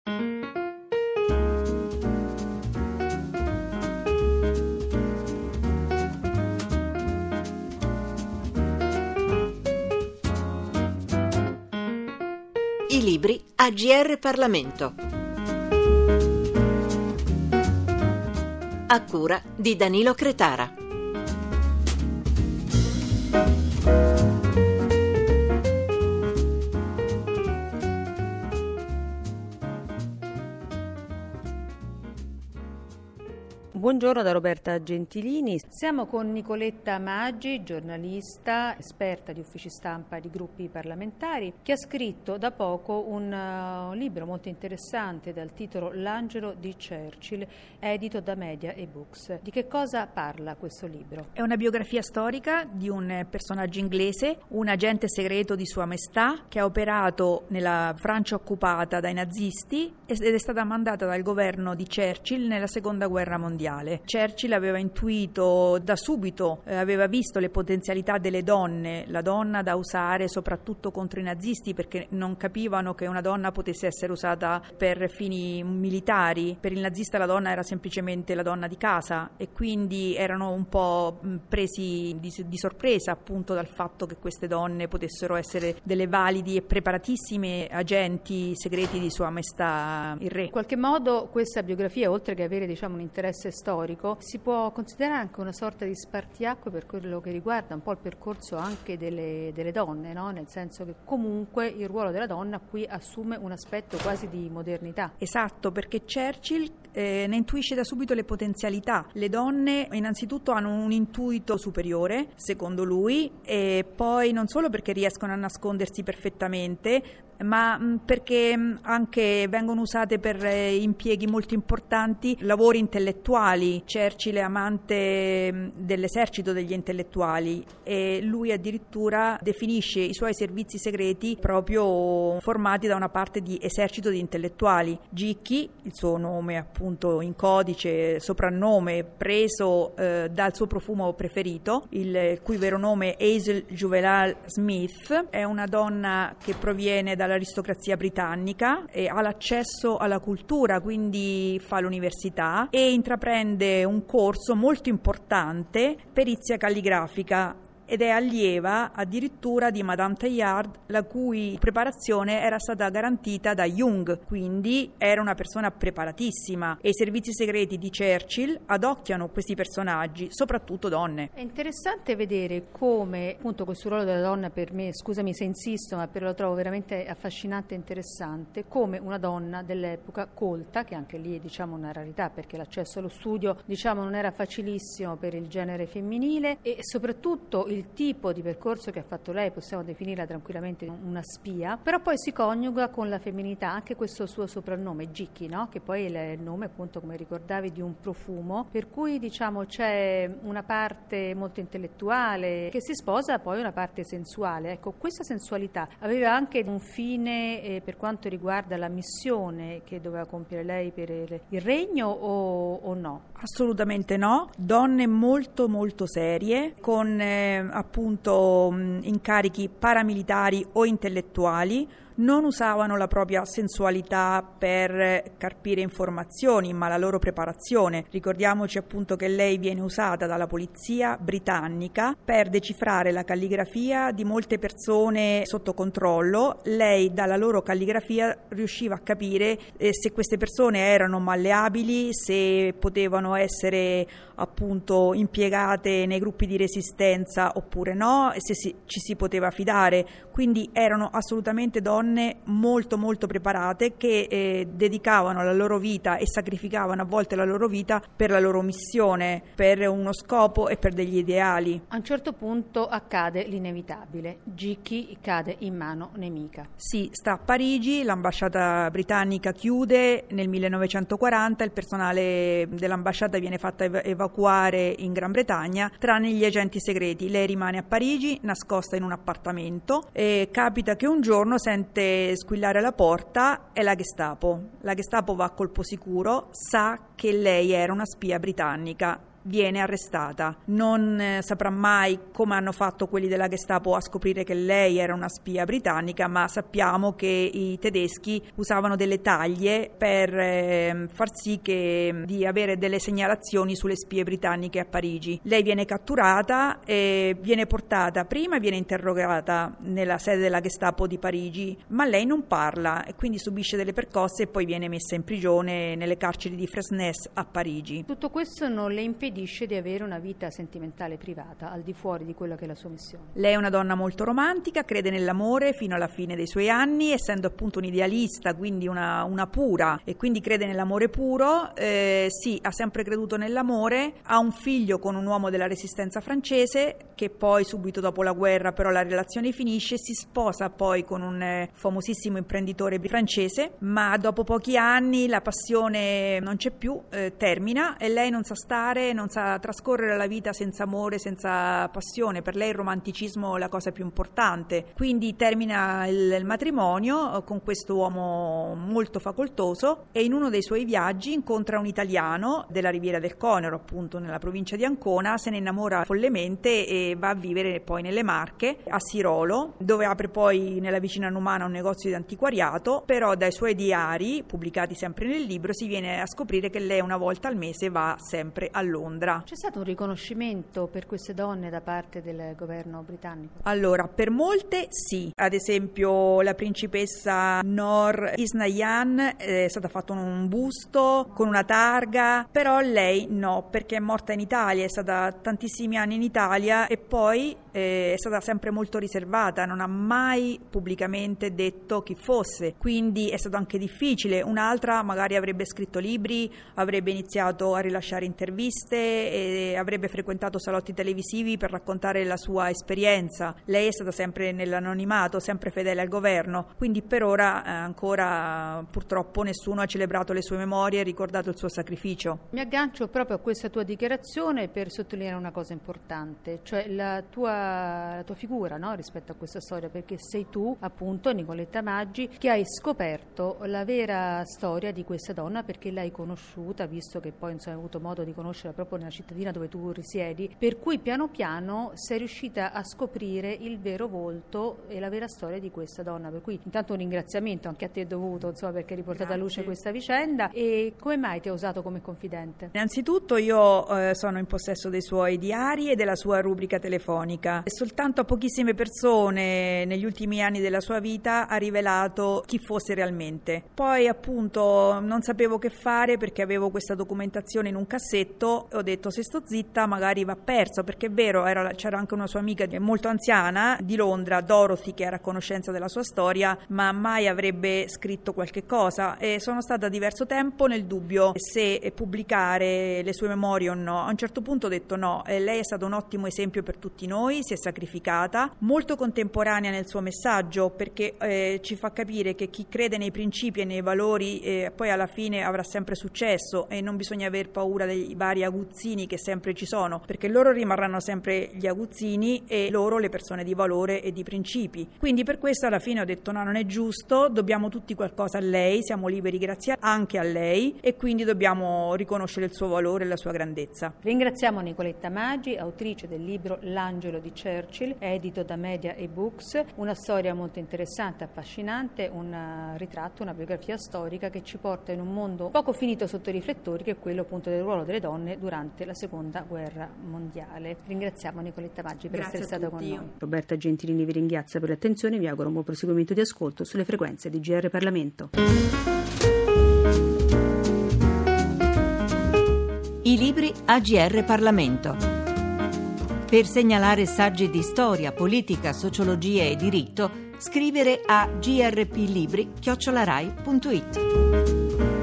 I libri a GR Parlamento, a cura di Danilo Cretara. Buongiorno da Roberta Gentilini. Siamo con Nicoletta Maggi, giornalista, esperta di uffici stampa di gruppi parlamentari, che ha scritto da poco un libro molto interessante dal titolo L'angelo di Churchill, edito da Media e Books. Di che cosa parla questo libro? È una biografia storica di un personaggio inglese, un agente segreto di Sua Maestà, che ha operato nella Francia occupata dai nazisti ed è stata mandata dal governo di Churchill nella Seconda Guerra Mondiale. Churchill aveva intuito da subito, aveva visto le potenzialità delle donne, la donna da usare soprattutto contro i nazisti, perché non capivano che una donna potesse essere usata per fini militari. Per il nazista la donna era semplicemente la donna di casa, e quindi erano un po' presi di sorpresa appunto dal fatto che queste donne potessero essere delle validi e preparatissime agenti segreti di Sua Maestà il Re. In qualche modo questa biografia, oltre che avere un interesse storico, si può considerare anche una sorta di spartiacque per quello che riguarda un po' il percorso anche delle donne, no? Nel senso che comunque il ruolo della donna qui assume un aspetto quasi di modernità. Esatto, perché Churchill ne intuisce da subito le potenzialità. Le donne innanzitutto hanno un intuito superiore, secondo lui, e poi non solo perché riescono a nascondersi perfettamente, ma perché anche vengono usate per impieghi molto importanti, lavori intellettuali. Churchill è amante dell'esercito degli intellettuali e lui addirittura definisce i suoi servizi segreti proprio formati da una parte di esercito di intellettuali. Gicchi, il suo nome appunto in codice, soprannome preso dal suo profumo preferito, il cui vero nome è Hazel Juvenile Smith, è una donna che proviene dall'aristocrazia britannica e ha l'accesso alla cultura, quindi fa l'università e intraprende un corso molto importante, perizia calligrafica, ed è allieva addirittura di Madame Teilhard, la cui preparazione era stata garantita da Jung, quindi era una persona preparatissima, e i servizi segreti di Churchill adocchiano questi personaggi, soprattutto donne. È interessante vedere come appunto questo ruolo della donna, per me, scusami se insisto, ma lo trovo veramente affascinante e interessante, come una donna dell'epoca colta, che anche lì è una rarità perché l'accesso allo studio non era facilissimo per il genere femminile, e soprattutto il tipo di percorso che ha fatto lei, possiamo definirla tranquillamente una spia, però poi si coniuga con la femminilità, anche questo suo soprannome Gicchi, no? Che poi è il nome appunto, come ricordavi, di un profumo, per cui c'è una parte molto intellettuale che si sposa poi una parte sensuale. Ecco, questa sensualità aveva anche un fine per quanto riguarda la missione che doveva compiere lei per il regno o no? Assolutamente no, donne molto molto serie, con appunto incarichi paramilitari o intellettuali. Non usavano la propria sensualità per carpire informazioni, ma la loro preparazione. Ricordiamoci appunto che lei viene usata dalla polizia britannica per decifrare la calligrafia di molte persone sotto controllo. Lei dalla loro calligrafia riusciva a capire se queste persone erano malleabili, se potevano essere appunto impiegate nei gruppi di resistenza oppure no, e se ci si poteva fidare. Quindi erano assolutamente donne molto molto preparate che dedicavano la loro vita e sacrificavano a volte la loro vita per la loro missione, per uno scopo e per degli ideali. A un certo punto accade l'inevitabile, Gicchi cade in mano nemica. Sì, sta a Parigi, l'ambasciata britannica chiude nel 1940, il personale dell'ambasciata viene fatto evacuare in Gran Bretagna, tranne gli agenti segreti. Lei rimane a Parigi, nascosta in un appartamento, e capita che un giorno sente squillare alla porta, è la Gestapo. La Gestapo va a colpo sicuro, sa che lei era una spia britannica viene arrestata. Non saprà mai come hanno fatto quelli della Gestapo a scoprire che lei era una spia britannica, ma sappiamo che i tedeschi usavano delle taglie per far sì di avere delle segnalazioni sulle spie britanniche a Parigi. Lei viene catturata e viene portata, prima viene interrogata nella sede della Gestapo di Parigi, ma lei non parla e quindi subisce delle percosse e poi viene messa in prigione nelle carceri di Fresnes a Parigi. Tutto questo non le impedisce di avere una vita sentimentale privata, al di fuori di quella che è la sua missione. Lei è una donna molto romantica, crede nell'amore fino alla fine dei suoi anni, essendo appunto un idealista, quindi una pura, e quindi crede nell'amore puro. Sì, ha sempre creduto nell'amore, ha un figlio con un uomo della resistenza francese che poi subito dopo la guerra però la relazione finisce, si sposa poi con un famosissimo imprenditore francese, ma dopo pochi anni la passione non c'è più, termina e lei non sa stare, non sa trascorrere la vita senza amore, senza passione. Per lei il romanticismo è la cosa più importante, quindi termina il matrimonio con questo uomo molto facoltoso e in uno dei suoi viaggi incontra un italiano della Riviera del Conero, appunto nella provincia di Ancona, se ne innamora follemente e va a vivere poi nelle Marche, a Sirolo, dove apre poi nella vicina Numana un negozio di antiquariato, però dai suoi diari, pubblicati sempre nel libro, si viene a scoprire che lei una volta al mese va sempre a Londra. C'è stato un riconoscimento per queste donne da parte del governo britannico? Allora, per molte sì, ad esempio la principessa Noor Isnayyan è stata fatto un busto con una targa, però lei no, perché è morta in Italia, è stata tantissimi anni in Italia e poi è stata sempre molto riservata, non ha mai pubblicamente detto chi fosse, quindi è stato anche difficile. Un'altra magari avrebbe scritto libri, avrebbe iniziato a rilasciare interviste e avrebbe frequentato salotti televisivi per raccontare la sua esperienza. Lei è stata sempre nell'anonimato, sempre fedele al governo, quindi per ora ancora purtroppo nessuno ha celebrato le sue memorie e ricordato il suo sacrificio. Mi aggancio proprio a questa tua dichiarazione per sottolineare una cosa importante, cioè la tua figura, no, rispetto a questa storia, perché sei tu, appunto, Nicoletta Maggi, che hai scoperto la vera storia di questa donna, perché l'hai conosciuta, visto che poi hai avuto modo di conoscerla proprio nella cittadina dove tu risiedi, per cui piano piano sei riuscita a scoprire il vero volto e la vera storia di questa donna, per cui intanto un ringraziamento anche a te è dovuto, insomma, perché hai riportato a luce questa vicenda. E come mai ti ha usato come confidente? Innanzitutto io sono in possesso dei suoi diari e della sua rubrica telefonica. Soltanto a pochissime persone negli ultimi anni della sua vita ha rivelato chi fosse realmente. Poi appunto non sapevo che fare perché avevo questa documentazione in un cassetto e ho detto se sto zitta magari va perso, perché è vero, c'era anche una sua amica molto anziana di Londra, Dorothy, che era a conoscenza della sua storia ma mai avrebbe scritto qualche cosa e sono stata diverso tempo nel dubbio se pubblicare le sue memorie o no. A un certo punto ho detto no, lei è stato un ottimo esempio per tutti noi, si è sacrificata, molto contemporanea nel suo messaggio, perché ci fa capire che chi crede nei principi e nei valori poi alla fine avrà sempre successo e non bisogna aver paura dei vari aguzzini che sempre ci sono, perché loro rimarranno sempre gli aguzzini e loro le persone di valore e di principi. Quindi per questo alla fine ho detto no, non è giusto, dobbiamo tutti qualcosa a lei, siamo liberi grazie anche a lei e quindi dobbiamo riconoscere il suo valore e la sua grandezza. Ringraziamo Nicoletta Maggi, autrice del libro L'angelo di Churchill, edito da Media e Books, una storia molto interessante, affascinante, un ritratto, una biografia storica che ci porta in un mondo poco finito sotto i riflettori, che è quello appunto del ruolo delle donne durante la seconda guerra mondiale. Ringraziamo Nicoletta Maggi per essere stata con noi. Roberta Gentilini vi ringrazia per l'attenzione, vi auguro un buon proseguimento di ascolto sulle frequenze di GR Parlamento. I libri a GR Parlamento. Per segnalare saggi di storia, politica, sociologia e diritto, scrivere a grplibri@rai.it.